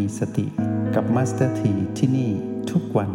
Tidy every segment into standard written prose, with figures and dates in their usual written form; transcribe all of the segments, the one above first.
มีสติกับมาสเตอร์ทีที่นี่ทุกวัน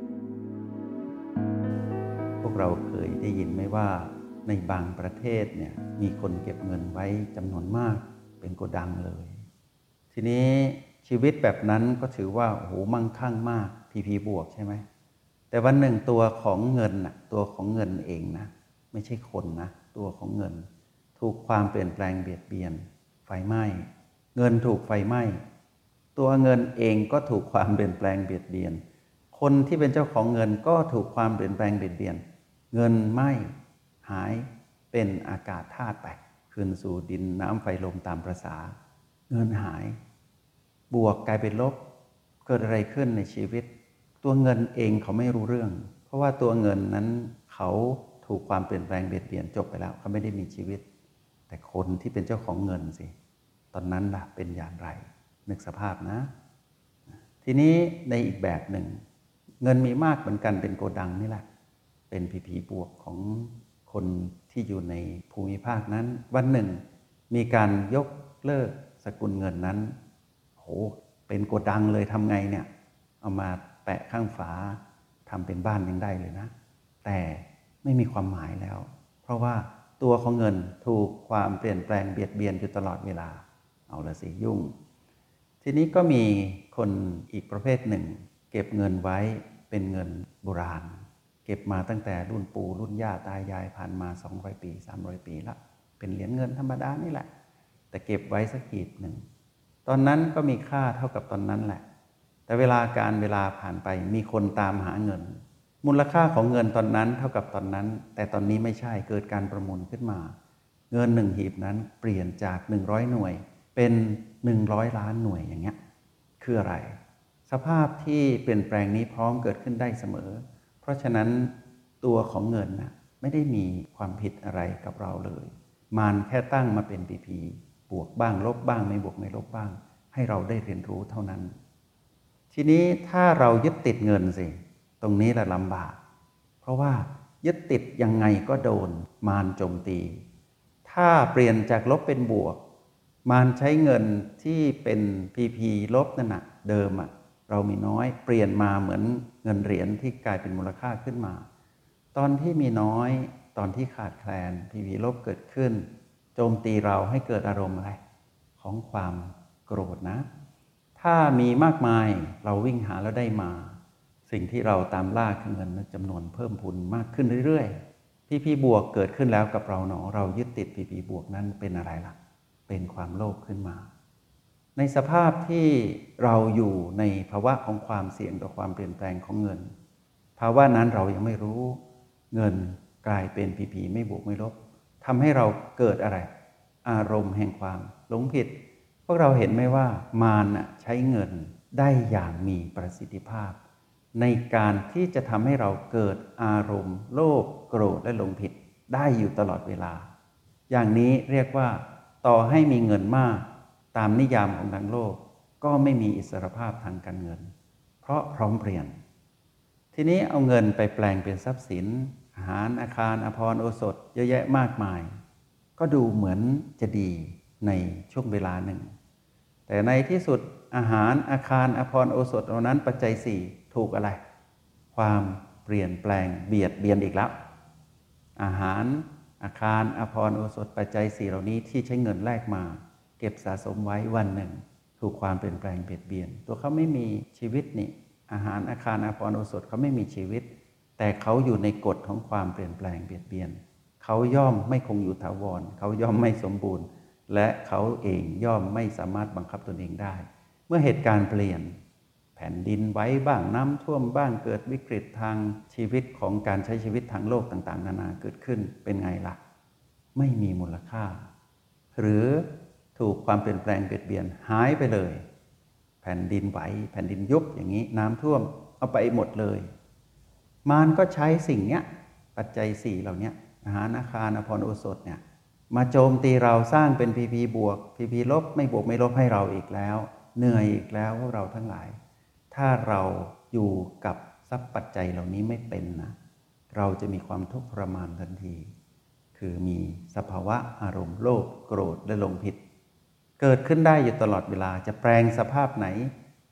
พวกเราเคยได้ยินไหมว่าในบางประเทศเนี่ยมีคนเก็บเงินไว้จำนวนมากเป็นโกดังเลยทีนี้ชีวิตแบบนั้นก็ถือว่าโอ้โหมั่งคั่งมากพีบวกใช่ไหมแต่วันหนึ่งตัวของเงินน่ะตัวของเงินเองนะไม่ใช่คนนะตัวของเงินถูกความเปลี่ยนแปลงเบียดเบียนไฟไหม้เงินถูกไฟไหม้ตัวเงินเองก็ถูกความเปลี่ยนแปลงเบียดเบียนคนที่เป็นเจ้าของเงินก็ถูกความเปลี่ยนแปลงเบียดเบียนเงินไหม้หายเป็นอากาศธาตุไปคืนสู่ดินน้ำไฟลมตามประสาเงินหายบวกกลายเป็นลบเกิดอะไรขึ้นในชีวิตตัวเงินเองเขาไม่รู้เรื่องเพราะว่าตัวเงินนั้นเขาถูกความเปลี่ยนแปลงเบียดเบียนจบไปแล้วเขาไม่ได้มีชีวิตแต่คนที่เป็นเจ้าของเงินสิตอนนั้นล่ะเป็นอย่างไรนึกสภาพนะทีนี้ในอีกแบบหนึ่งเงินมีมากเหมือนกันเป็นโกดังนี่แหละเป็นผีบวกของคนที่อยู่ในภูมิภาคนั้นวันหนึ่งมีการยกเลิกสกุลเงินนั้นโหเป็นโกดังเลยทำไงเนี่ยเอามาแปะข้างฝาทำเป็นบ้านยังได้เลยนะแต่ไม่มีความหมายแล้วเพราะว่าตัวของเงินถูกความเปลี่ยนแปลงเบียดเบียนอยู่ตลอดเวลาเอาละสิยุ่งทีนี้ก็มีคนอีกประเภทหนึ่งเก็บเงินไว้เป็นเงินโบราณเก็บมาตั้งแต่รุ่นปู่รุ่นย่าตายายผ่านมา200ปี300ปีละเป็นเหรียญเงินธรรมดานี่แหละแต่เก็บไว้สักหีบหนึ่งตอนนั้นก็มีค่าเท่ากับตอนนั้นแหละแต่เวลาผ่านไปมีคนตามหาเงินมูลค่าของเงินตอนนั้นเท่ากับตอนนั้นแต่ตอนนี้ไม่ใช่เกิดการประมูลขึ้นมาเงิน1หีบนั้นเปลี่ยนจาก100หน่วยเป็น100ล้านหน่วยอย่างเงี้ยคืออะไรสภาพที่เปลี่ยนแปลงนี้พร้อมเกิดขึ้นได้เสมอเพราะฉะนั้นตัวของเงินน่ะไม่ได้มีความผิดอะไรกับเราเลยมันแค่ตั้งมาเป็นพีบวกบ้างลบบ้างไม่บวกไม่ลบบ้างให้เราได้เรียนรู้เท่านั้นทีนี้ถ้าเรายึดติดเงินสิตรงนี้แหละลำบากเพราะว่ายึดติดยังไงก็โดนมารโจมตีถ้าเปลี่ยนจากลบเป็นบวกมารใช้เงินที่เป็นพีลบนั่นน่ะเดิมอ่ะเรามีน้อยเปลี่ยนมาเหมือนเงินเหรียญที่กลายเป็นมูลค่าขึ้นมาตอนที่มีน้อยตอนที่ขาดแคลนพีลบเกิดขึ้นโจมตีเราให้เกิดอารมณ์อะไรของความโกรธนะถ้ามีมากมายเราวิ่งหาแล้วได้มาสิ่งที่เราตามล่าคือเงินจำนวนเพิ่มพูนมากขึ้นเรื่อยๆพีบวกเกิดขึ้นแล้วกับเราหนอเรายึดติดพีบวกนั้นเป็นอะไรล่ะเป็นความโลภขึ้นมาในสภาพที่เราอยู่ในภาวะของความเสี่ยงต่อความเปลี่ยนแปลงของเงินภาวะนั้นเรายังไม่รู้เงินกลายเป็นพีไม่บวกไม่ลบทำให้เราเกิดอะไรอารมณ์แห่งความหลงผิดพวกเราเห็นไหมว่ามารใช้เงินได้อย่างมีประสิทธิภาพในการที่จะทำให้เราเกิดอารมณ์โลภโกรธและหลงผิดได้อยู่ตลอดเวลาอย่างนี้เรียกว่าต่อให้มีเงินมากตามนิยามของทางโลกก็ไม่มีอิสรภาพทางการเงินเพราะพร้อมเปลี่ยนทีนี้เอาเงินไปแปลงเป็นทรัพย์สินอาหารอาคารอภรณ์โอสถเยอะแยะมากมายก็ดูเหมือนจะดีในช่วงเวลาหนึ่งแต่ในที่สุดอาหารอาคารอภรณ์โอสถเหล่านั้นปัจจัย4ถูกอะไรความเปลี่ยนแปลงเบียดเบียนอีกแล้วอาหารอาคารอภรณ์โอสถปัจจัย4เหล่านี้ที่ใช้เงินแลกมาเก็บสะสมไว้วันหนึ่งถูกความเปลี่ยนแปลงเบียดเบียนตัวเขาไม่มีชีวิตนี่อาหารอาคารอภรณ์โอสถเขาไม่มีชีวิตแต่เขาอยู่ในกฎของความเปลี่ยนแปลงเบียดเบียนเขาย่อมไม่คงอยู่ถาวรเขาย่อมไม่สมบูรณ์และเขาเองย่อมไม่สามารถบังคับตนเองได้เมื่อเหตุการณ์เปลี่ยนแผ่นดินไหวบ้างน้ำท่วมบ้างเกิดวิกฤตทางชีวิตของการใช้ชีวิตทางโลกต่างๆนานาเกิดขึ้นเป็นไงล่ะไม่มีมูลค่าหรือถูกความเปลี่ยนแปลงเบียดเบียนหายไปเลยแผ่นดินไหวแผ่นดินยุบอย่างนี้น้ำท่วมเอาไปหมดเลยมารก็ใช้สิ่งเนี้ยปัจจัย4เหล่านี้อาหารอาคารอภรณ์โอสถเนี่ยมาโจมตีเราสร้างเป็นพีบวกพีลบไม่บวกไม่ลบให้เราอีกแล้วเหนื่อยอีกแล้วพวกเราทั้งหลายถ้าเราอยู่กับทรัพย์ปัจจัยเหล่านี้ไม่เป็นนะเราจะมีความทุกข์ทรมานทันทีคือมีสภาวะอารมณ์โลภโกรธและหลงผิดเกิดขึ้นได้อยู่ตลอดเวลาจะแปลงสภาพไหน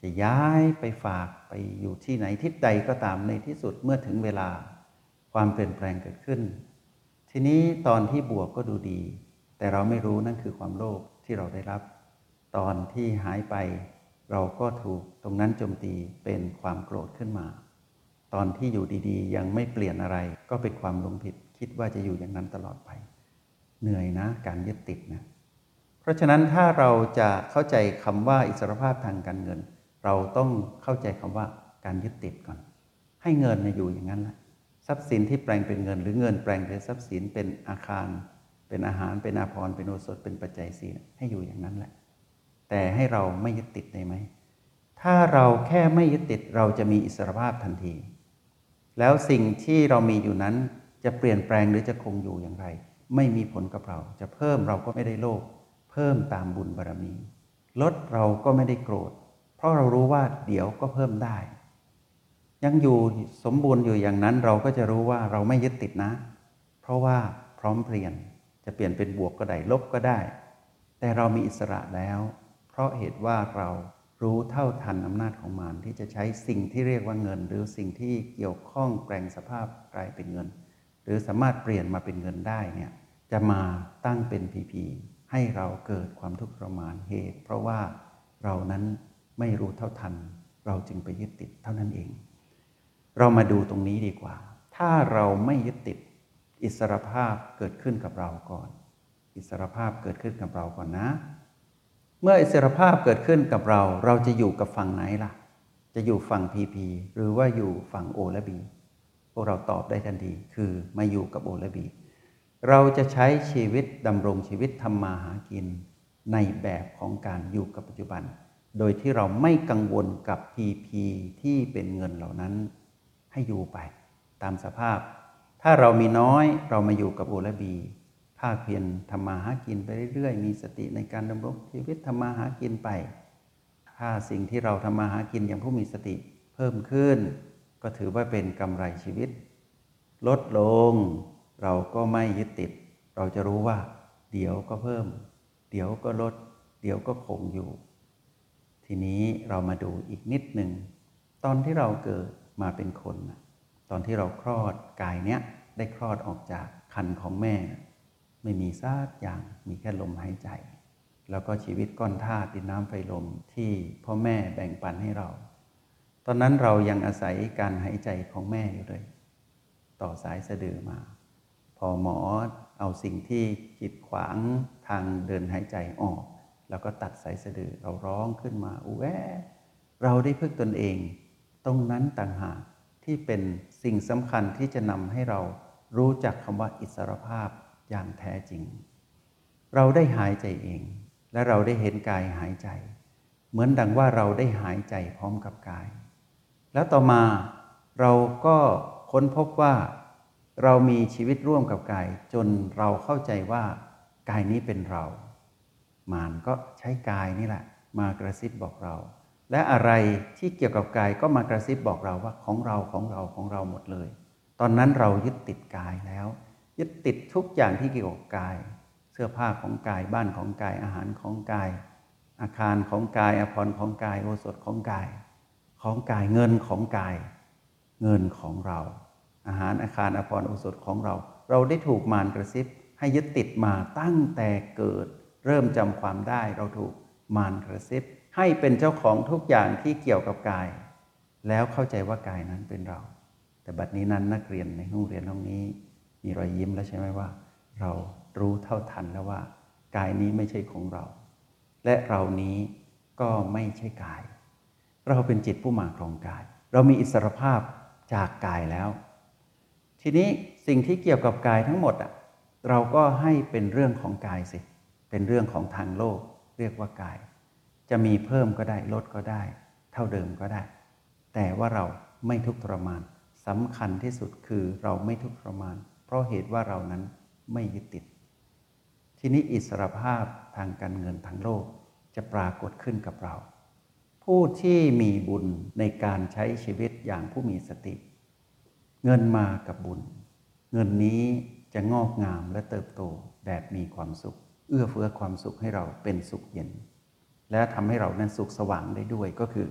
จะย้ายไปฝากไปอยู่ที่ไหนทิศใดก็ตามในที่สุดเมื่อถึงเวลาความเปลี่ยนแปลงเกิดขึ้นทีนี้ตอนที่บวกก็ดูดีแต่เราไม่รู้นั่นคือความโลภที่เราได้รับตอนที่หายไปเราก็ถูกตรงนั้นโจมตีเป็นความโกรธขึ้นมาตอนที่อยู่ดีๆยังไม่เปลี่ยนอะไรก็เป็นความหลงผิดคิดว่าจะอยู่อย่างนั้นตลอดไปเหนื่อยนะการยึดติดนะเพราะฉะนั้นถ้าเราจะเข้าใจคำว่าอิสรภาพทางการเงินเราต้องเข้าใจคำว่าการยึดติดก่อนให้เงินอยู่อย่างนั้นแหละทรัพย์สินที่แปลงเป็นเงินหรือเงินแปลงเป็นทรัพย์สินเป็นอาคารเป็นอาหารเป็นอาภรณ์เป็นโอสถเป็นปัจจัยสี่ให้อยู่อย่างนั้นแหละแต่ให้เราไม่ยึดติดได้ไหมถ้าเราแค่ไม่ยึดติดเราจะมีอิสรภาพทันทีแล้วสิ่งที่เรามีอยู่นั้นจะเปลี่ยนแปลงหรือจะคงอยู่อย่างไรไม่มีผลกับเราจะเพิ่มเราก็ไม่ได้โลภเพิ่มตามบุญบารมีลดเราก็ไม่ได้โกรธเพราะเรารู้ว่าเดี๋ยวก็เพิ่มได้ยังอยู่สมบูรณ์อยู่อย่างนั้นเราก็จะรู้ว่าเราไม่ยึดติดนะเพราะว่าพร้อมเปลี่ยนจะเปลี่ยนเป็นบวกก็ได้ลบก็ได้แต่เรามีอิสระแล้วเพราะเหตุว่าเรารู้เท่าทันอำนาจของมารที่จะใช้สิ่งที่เรียกว่าเงินหรือสิ่งที่เกี่ยวข้องแปลงสภาพกลายเป็นเงินหรือสามารถเปลี่ยนมาเป็นเงินได้เนี่ยจะมาตั้งเป็นพีให้เราเกิดความทุกข์ทรมานเหตุเพราะว่าเรานั้นไม่รู้เท่าทันเราจึงไปยึดติดเท่านั้นเองเรามาดูตรงนี้ดีกว่าถ้าเราไม่ยึดติดอิสรภาพเกิดขึ้นกับเราก่อนอิสรภาพเกิดขึ้นกับเราก่อนนะเมื่ออิสรภาพเกิดขึ้นกับเราเราจะอยู่กับฝั่งไหนล่ะจะอยู่ฝั่งพีหรือว่าอยู่ฝั่งโอและบีพวกเราตอบได้ทันทีคือมาอยู่กับโอและบีเราจะใช้ชีวิตดำรงชีวิตทำมาหากินในแบบของการอยู่กับปัจจุบันโดยที่เราไม่กังวลกับ PP ที่เป็นเงินเหล่านั้นให้อยู่ไปตามสภาพถ้าเรามีน้อยเรามาอยู่กับโอและบีภาคเพียรทำมาหากินไปเรื่อยๆมีสติในการดำรงชีวิตทำมาหากินไปถ้าสิ่งที่เราทำมาหากินอย่างผู้มีสติเพิ่มขึ้นก็ถือว่าเป็นกำไรชีวิตลดลงเราก็ไม่ยึดติดเราจะรู้ว่าเดี๋ยวก็เพิ่มเดี๋ยวก็ลดเดี๋ยวก็คงอยู่ทีนี้เรามาดูอีกนิดหนึ่งตอนที่เราเกิดมาเป็นคนตอนที่เราคลอดกายเนี้ยได้คลอดออกจากครรภ์ของแม่ไม่มีซากอย่างมีแค่ลมหายใจแล้วก็ชีวิตก้อนธาตุดินน้ำไฟลมที่พ่อแม่แบ่งปันให้เราตอนนั้นเรายังอาศัยการหายใจของแม่อยู่เลยต่อสายสะดือมาพอหมอเอาสิ่งที่กีดขวางทางเดินหายใจออกแล้วก็ตัดสายสะดือเราร้องขึ้นมาแวเราได้พึ่งตนเองตรงนั้นต่างหากที่เป็นสิ่งสำคัญที่จะนำให้เรารู้จักคำว่าอิสรภาพอย่างแท้จริงเราได้หายใจเองและเราได้เห็นกายหายใจเหมือนดังว่าเราได้หายใจพร้อมกับกายแล้วต่อมาเราก็ค้นพบว่าเรามีชีวิตร่วมกับกายจนเราเข้าใจว่ากายนี้เป็นเรามารก็ใช้กายนี่แหละมากระซิบบอกเราและอะไรที่เกี่ยวกับกายก็มากระซิบบอกเราว่าของเราของเราของเราหมดเลยตอนนั้นเรายึดติดกายแล้วยึดติดทุกอย่างที่เกี่ยวกับกายเสื้อผ้าของกายบ้านของกายอาหารของกายอาคารของกายอาภรณ์ของกายโอสถของกายของกายเงินของกายเงินของเราอาหารอาคารอาภรณ์โอสถของเราเราได้ถูกมารกระซิบให้ยึดติดมาตั้งแต่เกิดเริ่มจำความได้เราถูกมารกระซิบให้เป็นเจ้าของทุกอย่างที่เกี่ยวกับกายแล้วเข้าใจว่ากายนั้นเป็นเราแต่บัดนี้นั้นนักเรียนในห้องเรียนห้องนี้มีรอยยิ้มแล้วใช่ไหมว่าเรารู้เท่าทันแล้วว่ากายนี้ไม่ใช่ของเราและเรานี้ก็ไม่ใช่กายเราเป็นจิตผู้มาครองกายเรามีอิสรภาพจากกายแล้วทีนี้สิ่งที่เกี่ยวกับกายทั้งหมดเราก็ให้เป็นเรื่องของกายสิเป็นเรื่องของทางโลกเรียกว่ากายจะมีเพิ่มก็ได้ลดก็ได้เท่าเดิมก็ได้แต่ว่าเราไม่ทุกข์ทรมานสำคัญที่สุดคือเราไม่ทุกข์ทรมานเพราะเหตุว่าเรานั้นไม่ยึดติดทีนี้อิสรภาพทางการเงินทางโลกจะปรากฏขึ้นกับเราผู้ที่มีบุญในการใช้ชีวิตอย่างผู้มีสติเงินมากับบุญเงินนี้จะงอกงามและเติบโตแบบมีความสุขเอื้อเฟื้อความสุขให้เราเป็นสุขเย็นและทำให้เรานั้นสุขสว่างได้ด้วยก็คือ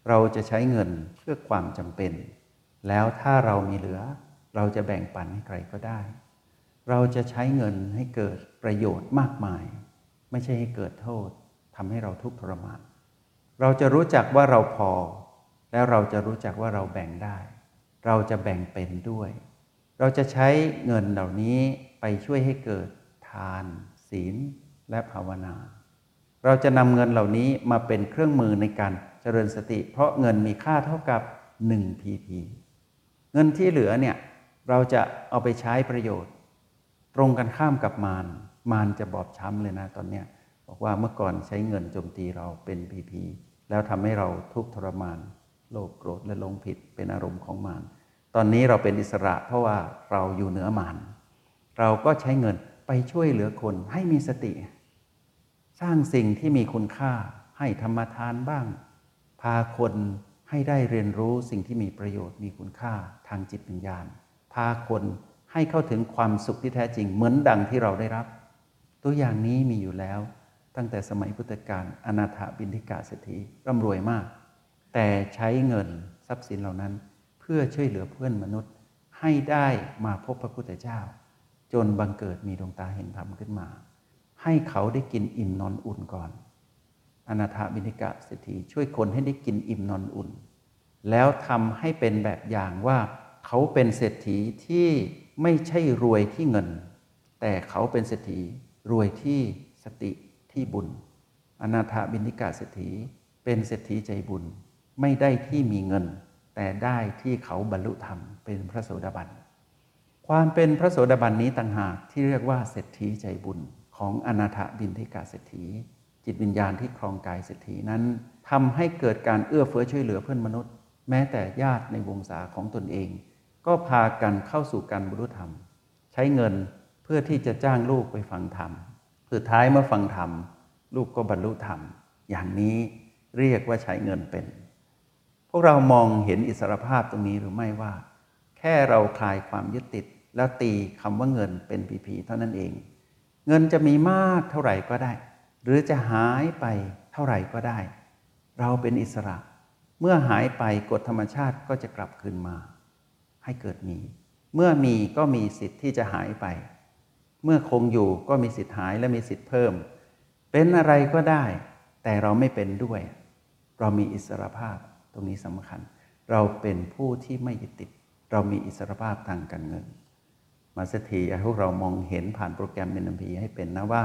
เราจะใช้เงินเพื่อความจำเป็นแล้วถ้าเรามีเหลือเราจะแบ่งปันให้ใครก็ได้เราจะใช้เงินให้เกิดประโยชน์มากมายไม่ใช่ให้เกิดโทษทำให้เราทุกข์ทรมานเราจะรู้จักว่าเราพอแล้วเราจะรู้จักว่าเราแบ่งได้เราจะแบ่งเป็นด้วยเราจะใช้เงินเหล่านี้ไปช่วยให้เกิดทานศีลและภาวนาเราจะนำเงินเหล่านี้มาเป็นเครื่องมือในการเจริญสติเพราะเงินมีค่าเท่ากับ1 pp เงินที่เหลือเนี่ยเราจะเอาไปใช้ประโยชน์ตรงกันข้ามกับมารจะบอบช้ำเลยนะตอนเนี้ยบอกว่าเมื่อก่อนใช้เงินโจมตีเราเป็น pp แล้วทำให้เราทุกข์ทรมานโลภโกรธและหลงผิดเป็นอารมณ์ของมารตอนนี้เราเป็นอิสระเพราะว่าเราอยู่เหนือมารเราก็ใช้เงินไปช่วยเหลือคนให้มีสติสร้างสิ่งที่มีคุณค่าให้ธรรมทานบ้างพาคนให้ได้เรียนรู้สิ่งที่มีประโยชน์มีคุณค่าทางจิตวิญญาณพาคนให้เข้าถึงความสุขที่แท้จริงเหมือนดังที่เราได้รับตัวอย่างนี้มีอยู่แล้วตั้งแต่สมัยพุทธกาลอนาถบิณฑิกะเศรษฐีร่ำรวยมากแต่ใช้เงินทรัพย์สินเหล่านั้นเพื่อช่วยเหลือเพื่อนมนุษย์ให้ได้มาพบพระพุทธเจ้าจนบังเกิดมีดวงตาเห็นธรรมขึ้นมาให้เขาได้กินอิ่มนอนอุ่นก่อนอนาถบิณฑิกะเศรษฐีช่วยคนให้ได้กินอิ่มนอนอุ่นแล้วทำให้เป็นแบบอย่างว่าเขาเป็นเศรษฐีที่ไม่ใช่รวยที่เงินแต่เขาเป็นเศรษฐีรวยที่สติที่บุญอนาถบิณฑิกะเศรษฐีเป็นเศรษฐีใจบุญไม่ได้ที่มีเงินแต่ได้ที่เขาบรรลุธรรมเป็นพระโสดาบันความเป็นพระโสดาบันนี้ต่างหากที่เรียกว่าเศรษฐีใจบุญของอนาถบิณฑิกะเศรษฐีจิตวิญญาณที่ครองกายเศรษฐีนั้นทำให้เกิดการเอื้อเฟื้อช่วยเหลือเพื่อนมนุษย์แม้แต่ญาติในวงศาของตนเองก็พากันเข้าสู่การบรรลุธรรมใช้เงินเพื่อที่จะจ้างลูกไปฟังธรรมสุดท้ายเมื่อฟังธรรมลูกก็บรรลุธรรมอย่างนี้เรียกว่าใช้เงินเป็นพวกเรามองเห็นอิสรภาพตรงนี้หรือไม่ว่าแค่เราคลายความยึดติดแล้วตีคำว่าเงินเป็นผีๆเท่านั้นเองเงินจะมีมากเท่าไหร่ก็ได้หรือจะหายไปเท่าไหร่ก็ได้เราเป็นอิสระเมื่อหายไปกฎธรรมชาติก็จะกลับคืนมาให้เกิดมีเมื่อมีก็มีสิทธิ์ที่จะหายไปเมื่อคงอยู่ก็มีสิทธิ์หายและมีสิทธิ์เพิ่มเป็นอะไรก็ได้แต่เราไม่เป็นด้วยเรามีอิสรภาพตรงนี้สำคัญเราเป็นผู้ที่ไม่ยึดติดเรามีอิสรภาพทางการเงินมาสักทีให้พวกเรามองเห็นผ่านโปรแกรม NLP ให้เป็นนะว่า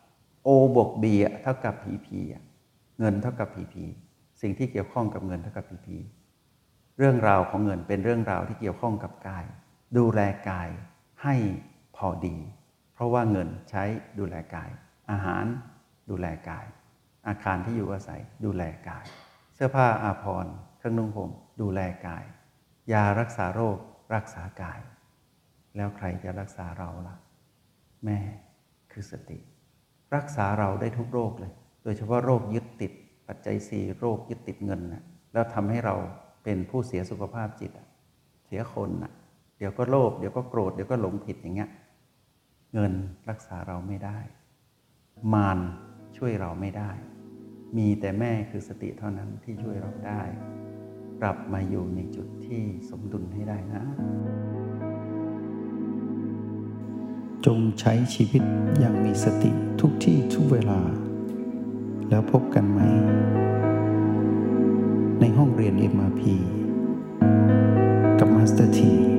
O บวก B เท่ากับ PP เงินเท่ากับ PP สิ่งที่เกี่ยวข้องกับเงินเท่ากับ PP เรื่องราวของเงินเป็นเรื่องราวที่เกี่ยวข้องกับกายดูแลกายให้พอดีเพราะว่าเงินใช้ดูแลกายอาหารดูแลกายอาคารที่อยู่อาศัยดูแลกายเสื้อผ้าอาภรณ์เครื่องนุ่งห่มดูแลกายยารักษาโรครักษากายแล้วใครจะรักษาเราล่ะแม่คือสติรักษาเราได้ทุกโรคเลยโดยเฉพาะโรคยึดติดปัจจัย4โรคยึดติดเงินนะแล้วทำให้เราเป็นผู้เสียสุขภาพจิตเสียคนนะเดี๋ยวก็โลภเดี๋ยวก็โกรธเดี๋ยวก็หลงผิดอย่างเงี้ยเงินรักษาเราไม่ได้มารช่วยเราไม่ได้มีแต่แม่คือสติเท่านั้นที่ช่วยเราได้กลับมาอยู่ในจุดที่สมดุลให้ได้นะจงใช้ชีวิตอย่างมีสติทุกที่ทุกเวลาแล้วพบกันไหมในห้องเรียน MRP กับมาสเตอร์ที